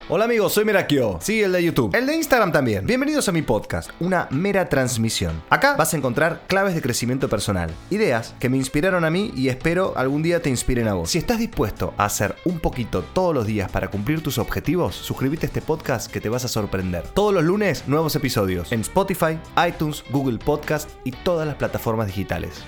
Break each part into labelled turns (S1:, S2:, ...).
S1: Hola amigos, soy Merakio. Sí, el de YouTube. El de Instagram también. Bienvenidos a mi podcast, una mera transmisión. Acá vas a encontrar claves de crecimiento personal, ideas que me inspiraron a mí y espero algún día te inspiren a vos. Si estás dispuesto a hacer un poquito todos los días para cumplir tus objetivos, suscríbete a este podcast que te vas a sorprender. Todos los lunes, nuevos episodios en Spotify, iTunes, Google Podcast y todas las plataformas digitales.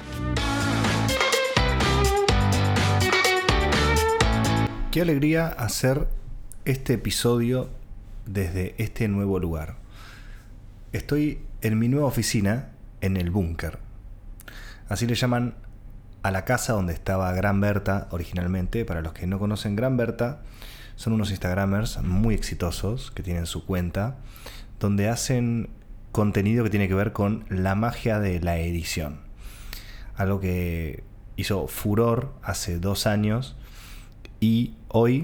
S1: Qué alegría hacer este episodio desde este nuevo lugar. Estoy en mi nueva oficina en el búnker. Así le llaman a la casa donde estaba Gran Berta originalmente. Para los que no conocen, Gran Berta son unos instagramers muy exitosos que tienen su cuenta, donde hacen contenido que tiene que ver con la magia de la edición. Algo que hizo furor hace 2 años y hoy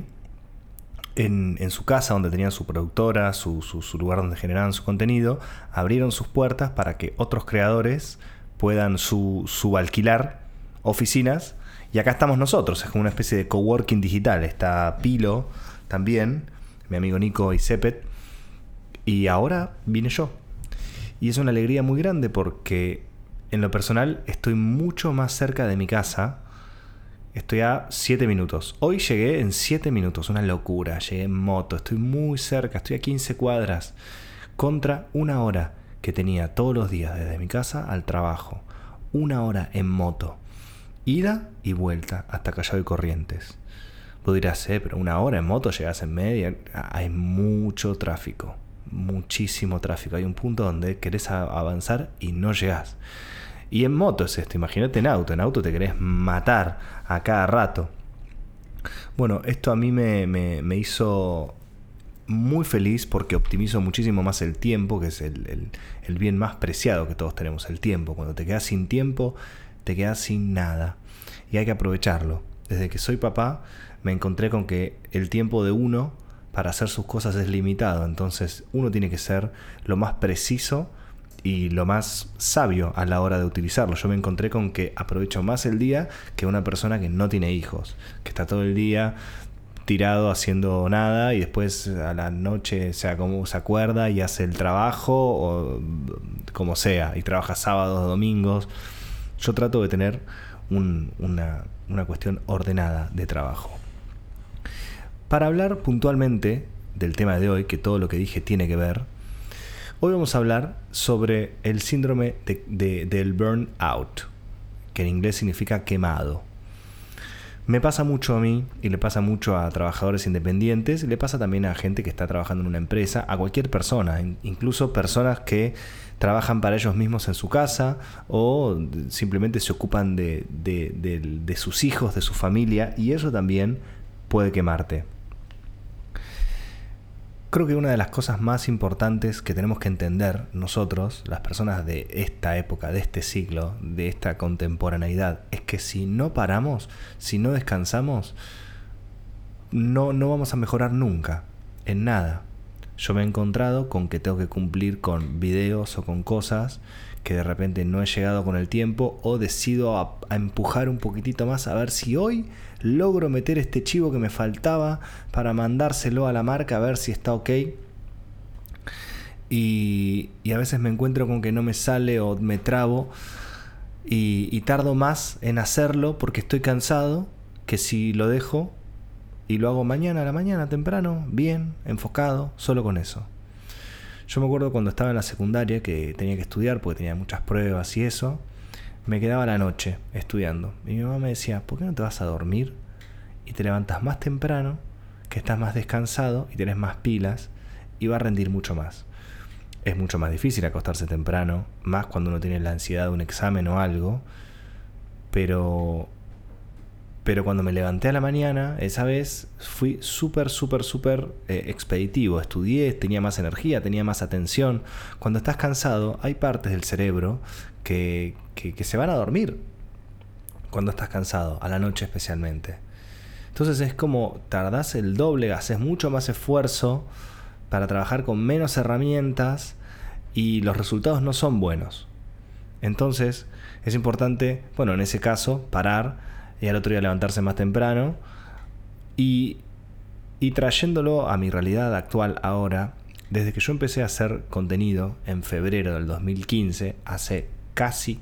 S1: en su casa, donde tenían su productora, su lugar donde generaban su contenido, abrieron sus puertas para que otros creadores puedan subalquilar oficinas. Y acá estamos nosotros, es como una especie de coworking digital. Está Pilo también, mi amigo Nico y Cepet. Y ahora vine yo. Y es una alegría muy grande porque en lo personal estoy mucho más cerca de mi casa. Estoy a 7 minutos. Hoy llegué en 7 minutos, una locura. Llegué en moto, estoy muy cerca, estoy a 15 cuadras. Contra 1 hora que tenía todos los días desde mi casa al trabajo. 1 hora en moto. Ida y vuelta hasta Callao y Corrientes. Vos dirás, pero 1 hora en moto llegás en media. Hay mucho tráfico, muchísimo tráfico. Hay un punto donde querés avanzar y no llegás. Y en moto es esto, imagínate en auto te querés matar a cada rato. Bueno, esto a mí me hizo muy feliz porque optimizo muchísimo más el tiempo, que es el bien más preciado que todos tenemos, el tiempo. Cuando te quedas sin tiempo, te quedas sin nada. Y hay que aprovecharlo. Desde que soy papá, me encontré con que el tiempo de uno para hacer sus cosas es limitado. Entonces uno tiene que ser lo más preciso y lo más sabio a la hora de utilizarlo. Yo me encontré con que aprovecho más el día que una persona que no tiene hijos, que está todo el día tirado haciendo nada y después a la noche se acuerda y hace el trabajo o como sea, y trabaja sábados, domingos. Yo trato de tener una cuestión ordenada de trabajo. Para hablar puntualmente del tema de hoy, que todo lo que dije tiene que ver, hoy vamos a hablar sobre el síndrome del burnout, que en inglés significa quemado. Me pasa mucho a mí y le pasa mucho a trabajadores independientes, le pasa también a gente que está trabajando en una empresa, a cualquier persona, incluso personas que trabajan para ellos mismos en su casa o simplemente se ocupan de sus hijos, de su familia, y eso también puede quemarte. Creo que una de las cosas más importantes que tenemos que entender nosotros, las personas de esta época, de este siglo, de esta contemporaneidad, es que si no paramos, si no descansamos, no vamos a mejorar nunca, en nada. Yo me he encontrado con que tengo que cumplir con videos o con cosas que de repente no he llegado con el tiempo, o decido a empujar un poquitito más a ver si hoy logro meter este chivo que me faltaba para mandárselo a la marca a ver si está ok. Y a veces me encuentro con que no me sale o me trabo y tardo más en hacerlo porque estoy cansado que si lo dejo y lo hago mañana a la mañana temprano, bien, enfocado, solo con eso. Yo me acuerdo cuando estaba en la secundaria que tenía que estudiar porque tenía muchas pruebas y eso. Me quedaba la noche estudiando. Y mi mamá me decía, ¿por qué no te vas a dormir y te levantas más temprano, que estás más descansado y tenés más pilas y va a rendir mucho más? Es mucho más difícil acostarse temprano, más cuando uno tiene la ansiedad de un examen o algo. Pero cuando me levanté a la mañana, esa vez fui súper expeditivo. Estudié, tenía más energía, tenía más atención. Cuando estás cansado, hay partes del cerebro que se van a dormir cuando estás cansado, a la noche especialmente. Entonces es como tardás el doble, haces mucho más esfuerzo para trabajar con menos herramientas y los resultados no son buenos. Entonces es importante, bueno, en ese caso, parar y al otro día levantarse más temprano y Y trayéndolo a mi realidad actual ahora, desde que yo empecé a hacer contenido en febrero del 2015, hace casi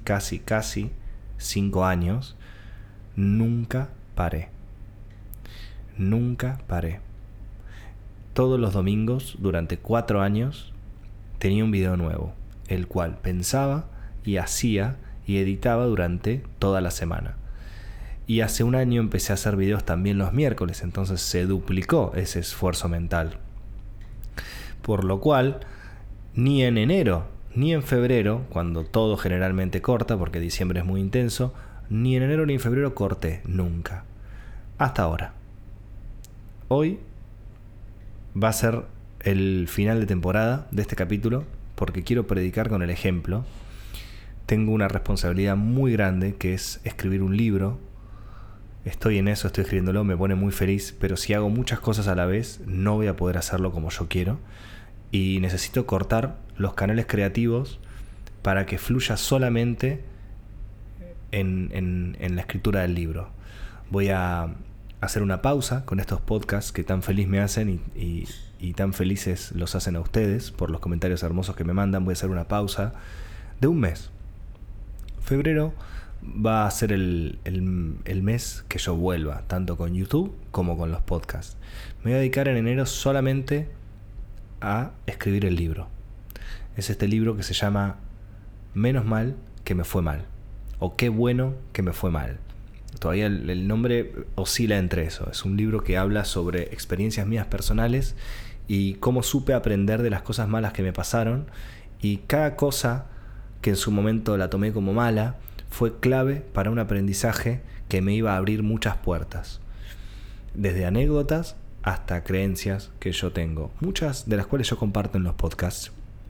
S1: 5 años, nunca paré. Nunca paré. Todos los domingos, durante 4 años, tenía un video nuevo, el cual pensaba y hacía y editaba durante toda la semana. Y hace un año empecé a hacer videos también los miércoles, entonces se duplicó ese esfuerzo mental. Por lo cual, ni en enero, ni en febrero, cuando todo generalmente corta, porque diciembre es muy intenso, ni en enero ni en febrero corté, nunca. Hasta ahora. Hoy va a ser el final de temporada de este capítulo, porque quiero predicar con el ejemplo. Tengo una responsabilidad muy grande, que es escribir un libro. Estoy en eso, estoy escribiéndolo, me pone muy feliz, pero si hago muchas cosas a la vez, no voy a poder hacerlo como yo quiero. Y necesito cortar los canales creativos para que fluya solamente en la escritura del libro. Voy a hacer una pausa con estos podcasts que tan feliz me hacen y tan felices los hacen a ustedes por los comentarios hermosos que me mandan. Voy a hacer una pausa de un mes. Febrero va a ser el mes que yo vuelva, tanto con YouTube como con los podcasts. Me voy a dedicar en enero solamente a escribir el libro. Es este libro que se llama Menos mal que me fue mal, o Qué bueno que me fue mal. Todavía el nombre oscila entre eso. Es un libro que habla sobre experiencias mías personales y cómo supe aprender de las cosas malas que me pasaron, y cada cosa que en su momento la tomé como mala fue clave para un aprendizaje que me iba a abrir muchas puertas, desde anécdotas hasta creencias que yo tengo, muchas de las cuales yo comparto en los podcasts.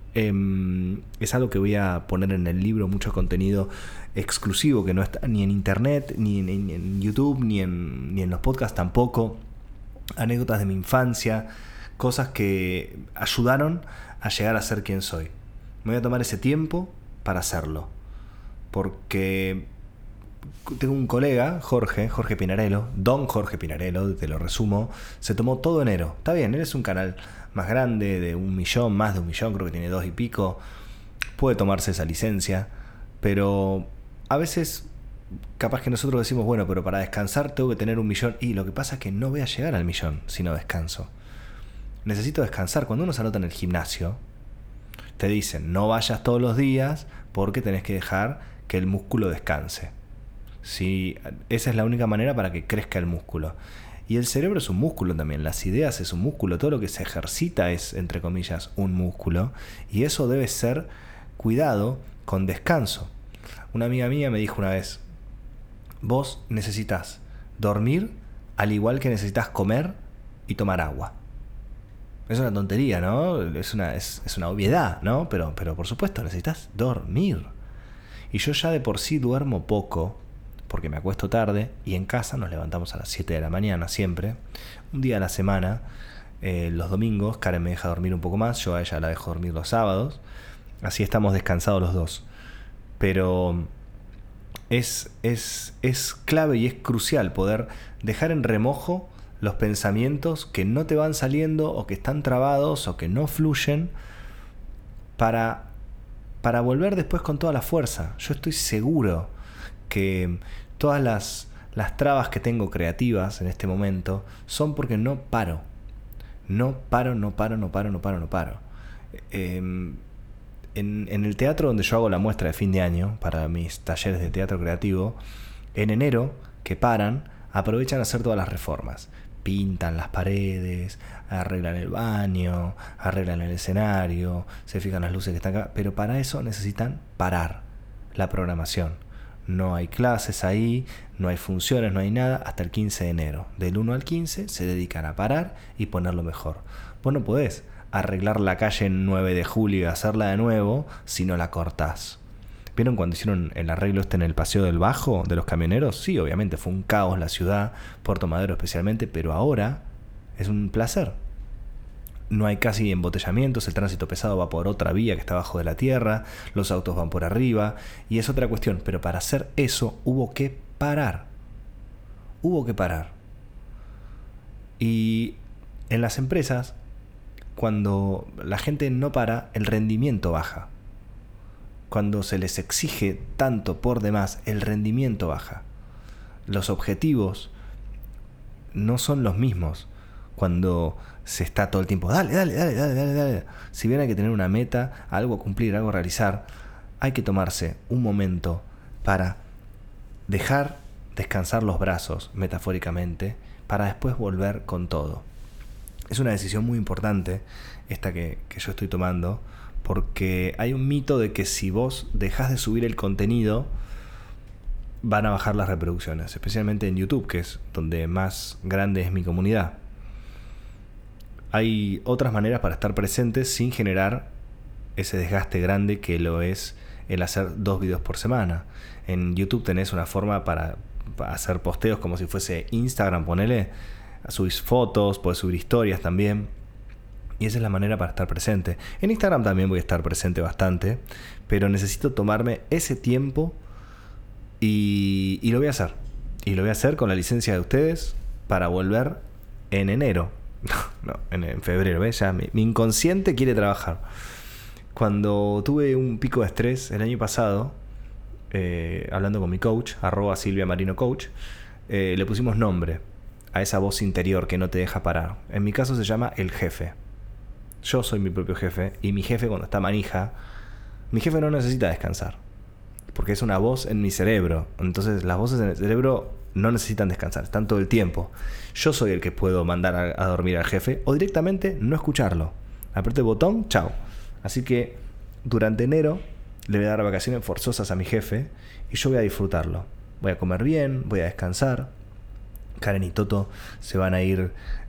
S1: Es algo que voy a poner en el libro, mucho contenido exclusivo que no está ni en internet, ni en YouTube, ni en los podcasts tampoco. Anécdotas de mi infancia, cosas que ayudaron a llegar a ser quien soy. Me voy a tomar ese tiempo para hacerlo, porque tengo un colega, Jorge Pinarello, Don Jorge Pinarello, te lo resumo, se tomó todo enero. Está bien, él es un canal más grande, de 1 millón, más de 1 millón, creo que tiene 2 y pico, puede tomarse esa licencia, pero a veces capaz que nosotros decimos, bueno, pero para descansar tengo que tener 1 millón, y lo que pasa es que no voy a llegar al millón si no descanso. Necesito descansar. Cuando uno se anota en el gimnasio, te dicen, no vayas todos los días porque tenés que dejar que el músculo descanse. Sí, esa es la única manera para que crezca el músculo. Y el cerebro es un músculo también, las ideas es un músculo, todo lo que se ejercita es, entre comillas, un músculo, y eso debe ser cuidado con descanso. Una amiga mía me dijo una vez, vos necesitas dormir al igual que necesitas comer y tomar agua. Es una tontería, ¿no? Es una obviedad, ¿no? Pero por supuesto necesitas dormir. Y yo ya de por sí duermo poco, porque me acuesto tarde, y en casa nos levantamos a las 7 de la mañana siempre. Un día a la semana, los domingos, Karen me deja dormir un poco más, yo a ella la dejo dormir los sábados. Así estamos descansados los dos. Pero es clave y es crucial poder dejar en remojo los pensamientos que no te van saliendo, o que están trabados, o que no fluyen, para volver después con toda la fuerza. Yo estoy seguro que todas las trabas que tengo creativas en este momento son porque no paro. No paro. En el teatro donde yo hago la muestra de fin de año para mis talleres de teatro creativo, en enero, que paran, aprovechan a hacer todas las reformas. Pintan las paredes, arreglan el baño, arreglan el escenario, se fijan las luces que están acá, pero para eso necesitan parar la programación. No hay clases ahí, no hay funciones, no hay nada hasta el 15 de enero. Del 1 al 15 se dedican a parar y ponerlo mejor. Vos no podés arreglar la calle en 9 de julio y hacerla de nuevo si no la cortás. ¿Vieron cuando hicieron el arreglo en el Paseo del Bajo de los camioneros? Sí, obviamente fue un caos la ciudad, Puerto Madero especialmente, pero ahora es un placer. No hay casi embotellamientos, el tránsito pesado va por otra vía que está abajo de la tierra, los autos van por arriba, y es otra cuestión. Pero para hacer eso hubo que parar. Y En las empresas, cuando la gente no para, el rendimiento baja. Cuando se les exige tanto por demás, el rendimiento baja. Los objetivos no son los mismos cuando se está todo el tiempo, dale. Si bien hay que tener una meta, algo a cumplir, algo a realizar, hay que tomarse un momento para dejar descansar los brazos, metafóricamente, para después volver con todo. Es una decisión muy importante esta que yo estoy tomando, porque hay un mito de que si vos dejás de subir el contenido, van a bajar las reproducciones, especialmente en YouTube, que es donde más grande es mi comunidad. Hay otras maneras para estar presentes sin generar ese desgaste grande que lo es el hacer 2 videos por semana. En YouTube tenés una forma para hacer posteos como si fuese Instagram, ponele, subís fotos, podés subir historias también. Y esa es la manera para estar presente. En Instagram también voy a estar presente bastante, pero necesito tomarme ese tiempo y lo voy a hacer. Y lo voy a hacer con la licencia de ustedes para volver en enero. No, en febrero, ¿ves? Ya mi inconsciente quiere trabajar. Cuando tuve un pico de estrés el año pasado, hablando con mi coach, @SilviaMarinoCoach, le pusimos nombre a esa voz interior que no te deja parar. En mi caso se llama el jefe. Yo soy mi propio jefe, y mi jefe, cuando está manija, mi jefe no necesita descansar, porque es una voz en mi cerebro. Entonces las voces en el cerebro no necesitan descansar, están todo el tiempo. Yo soy el que puedo mandar a dormir al jefe, o directamente no escucharlo. Aprieto el botón, chao. Así que durante enero le voy a dar vacaciones forzosas a mi jefe, y yo voy a disfrutarlo. Voy a comer bien, voy a descansar. Karen y Toto se van a ir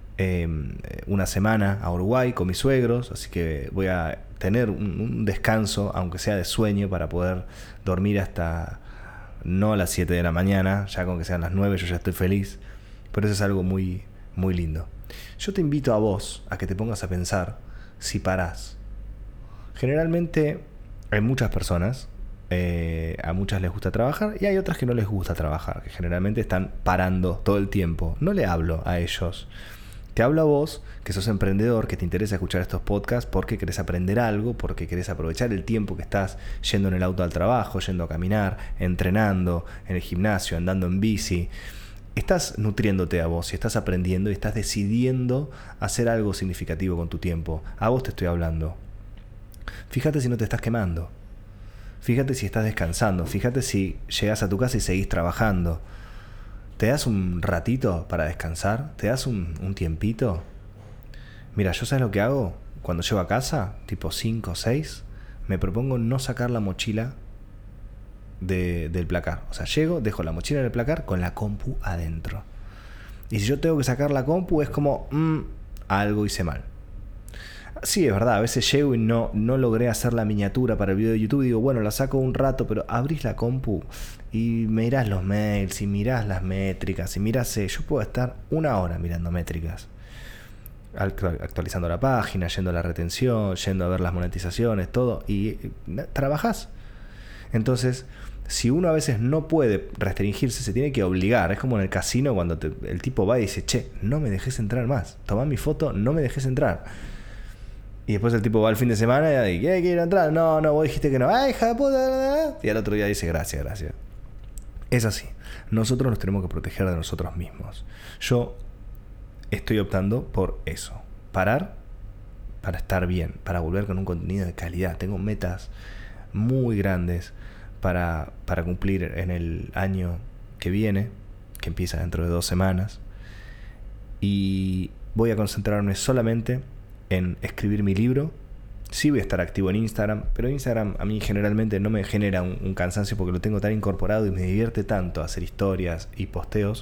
S1: una semana a Uruguay con mis suegros, así que voy a tener un descanso, aunque sea de sueño, para poder dormir hasta no a las 7 de la mañana, ya con que sean las 9 yo ya estoy feliz, pero eso es algo muy, muy lindo. Yo te invito a vos a que te pongas a pensar si parás. Generalmente hay muchas personas, a muchas les gusta trabajar y hay otras que no les gusta trabajar, que generalmente están parando todo el tiempo. No le hablo a ellos. Te hablo a vos, que sos emprendedor, que te interesa escuchar estos podcasts porque querés aprender algo, porque querés aprovechar el tiempo que estás yendo en el auto al trabajo, yendo a caminar, entrenando en el gimnasio, andando en bici. Estás nutriéndote a vos y estás aprendiendo y estás decidiendo hacer algo significativo con tu tiempo. A vos te estoy hablando. Fíjate si no te estás quemando. Fíjate si estás descansando. Fíjate si llegás a tu casa y seguís trabajando. ¿Te das un ratito para descansar? ¿Te das un tiempito? Mira, yo ¿sabes lo que hago? Cuando llego a casa, tipo 5 o 6, me propongo no sacar la mochila del placar. O sea, llego, dejo la mochila en el placar con la compu adentro. Y si yo tengo que sacar la compu, es como, algo hice mal. Sí, es verdad, a veces llego y no logré hacer la miniatura para el video de YouTube y digo, bueno, la saco un rato, pero abrís la compu y mirás los mails y mirás las métricas y mirás, yo puedo estar 1 hora mirando métricas, actualizando la página, yendo a la retención, yendo a ver las monetizaciones, todo, y trabajás. Entonces, si uno a veces no puede restringirse, se tiene que obligar. Es como en el casino cuando el tipo va y dice, che, no me dejes entrar más, tomá mi foto, no me dejes entrar. Y después el tipo va al fin de semana y dice, ¿quiero entrar? No, vos dijiste que no. ¡Ay, hija de puta! Y al otro día dice, gracias. Es así. Nosotros nos tenemos que proteger de nosotros mismos. Yo estoy optando por eso. Parar para estar bien, para volver con un contenido de calidad. Tengo metas muy grandes para cumplir en el año que viene, que empieza dentro de 2 semanas. Y voy a concentrarme solamente en escribir mi libro. Sí voy a estar activo en Instagram, pero Instagram a mí generalmente no me genera un cansancio porque lo tengo tan incorporado y me divierte tanto hacer historias y posteos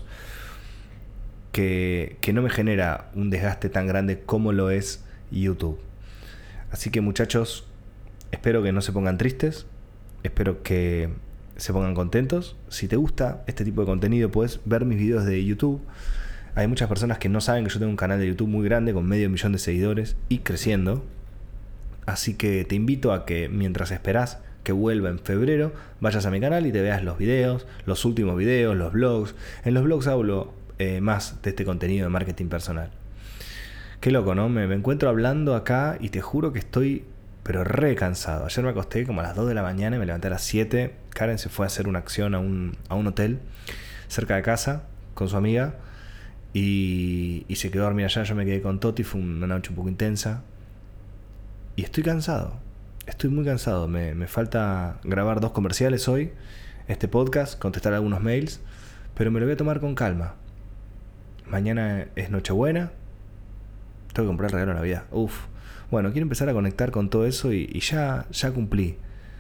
S1: que no me genera un desgaste tan grande como lo es YouTube. Así que muchachos, espero que no se pongan tristes, espero que se pongan contentos. Si te gusta este tipo de contenido, puedes ver mis videos de YouTube. Hay muchas personas que no saben que yo tengo un canal de YouTube muy grande con 500.000 de seguidores y creciendo. Así que te invito a que mientras esperás que vuelva en febrero, vayas a mi canal y te veas los videos, los últimos videos, los vlogs. En los vlogs hablo más de este contenido de marketing personal. Qué loco, ¿no? Me encuentro hablando acá y te juro que estoy, pero re cansado. Ayer me acosté como a las 2 de la mañana y me levanté a las 7. Karen se fue a hacer una acción a un hotel cerca de casa con su amiga y se quedó a dormir allá. Yo me quedé con Toti, fue una noche un poco intensa. Y estoy cansado, estoy muy cansado. Me falta grabar 2 comerciales hoy, este podcast, contestar algunos mails, pero me lo voy a tomar con calma. Mañana es Nochebuena, tengo que comprar el regalo de Navidad. Bueno, quiero empezar a conectar con todo eso y ya cumplí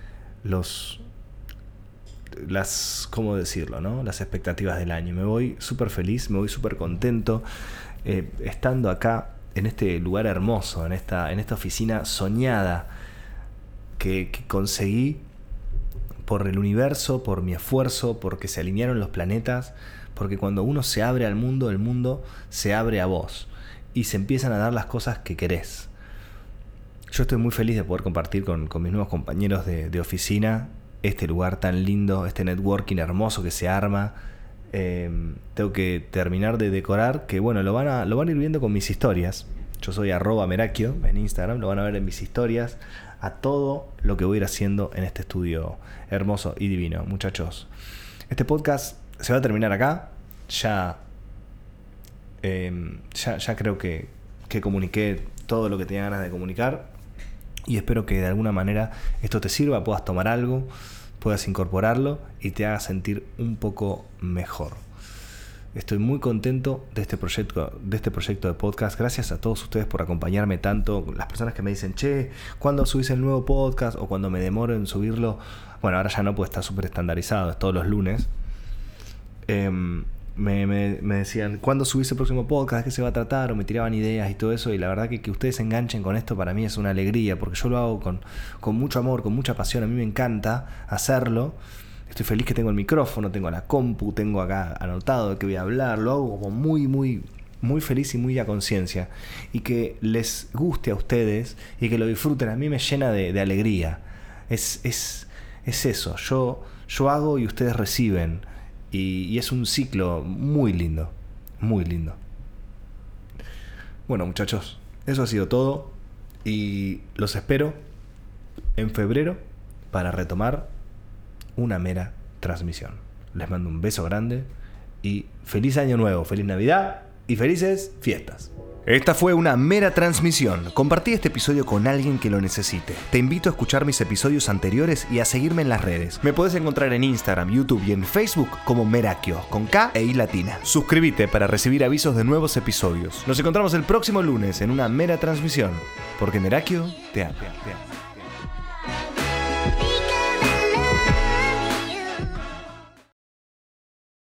S1: ¿cómo decirlo, no? Las expectativas del año. Me voy súper feliz, me voy súper contento, estando acá en este lugar hermoso, en esta oficina soñada que conseguí por el universo, por mi esfuerzo, porque se alinearon los planetas, porque cuando uno se abre al mundo, el mundo se abre a vos y se empiezan a dar las cosas que querés. Yo estoy muy feliz de poder compartir con mis nuevos compañeros de oficina este lugar tan lindo, este networking hermoso que se arma. Tengo que terminar de decorar, que bueno, lo van a ir viendo con mis historias. Yo soy @Merakio en Instagram, lo van a ver en mis historias, a todo lo que voy a ir haciendo en este estudio hermoso y divino. Muchachos, este podcast se va a terminar acá. Ya creo que comuniqué todo lo que tenía ganas de comunicar y espero que de alguna manera esto te sirva, puedas tomar algo, puedas incorporarlo y te haga sentir un poco mejor. Estoy muy contento de este proyecto de podcast. Gracias a todos ustedes por acompañarme tanto. Las personas que me dicen, che, ¿cuándo subís el nuevo podcast? O cuando me demoro en subirlo. Bueno, ahora ya no, pues está súper estandarizado, es todos los lunes. Me decían, ¿cuándo subís el próximo podcast? ¿De qué se va a tratar? O me tiraban ideas y todo eso. Y la verdad que ustedes se enganchen con esto para mí es una alegría, porque yo lo hago con mucho amor, con mucha pasión. A mí me encanta hacerlo. Estoy feliz que tengo el micrófono, tengo la compu, tengo acá anotado de qué voy a hablar. Lo hago como muy, muy, muy feliz y muy a conciencia. Y que les guste a ustedes y que lo disfruten, a mí me llena de alegría. Es eso. Yo hago y ustedes reciben. Y es un ciclo muy lindo, muy lindo. Bueno, muchachos, eso ha sido todo. Y los espero en febrero para retomar una mera transmisión. Les mando un beso grande y feliz año nuevo, feliz Navidad y felices fiestas. Esta fue una mera transmisión. Compartí este episodio con alguien que lo necesite. Te invito a escuchar mis episodios anteriores y a seguirme en las redes. Me podés encontrar en Instagram, YouTube y en Facebook como Merakio, con K e I latina. Suscríbete para recibir avisos de nuevos episodios. Nos encontramos el próximo lunes en una mera transmisión, porque Merakio te ama.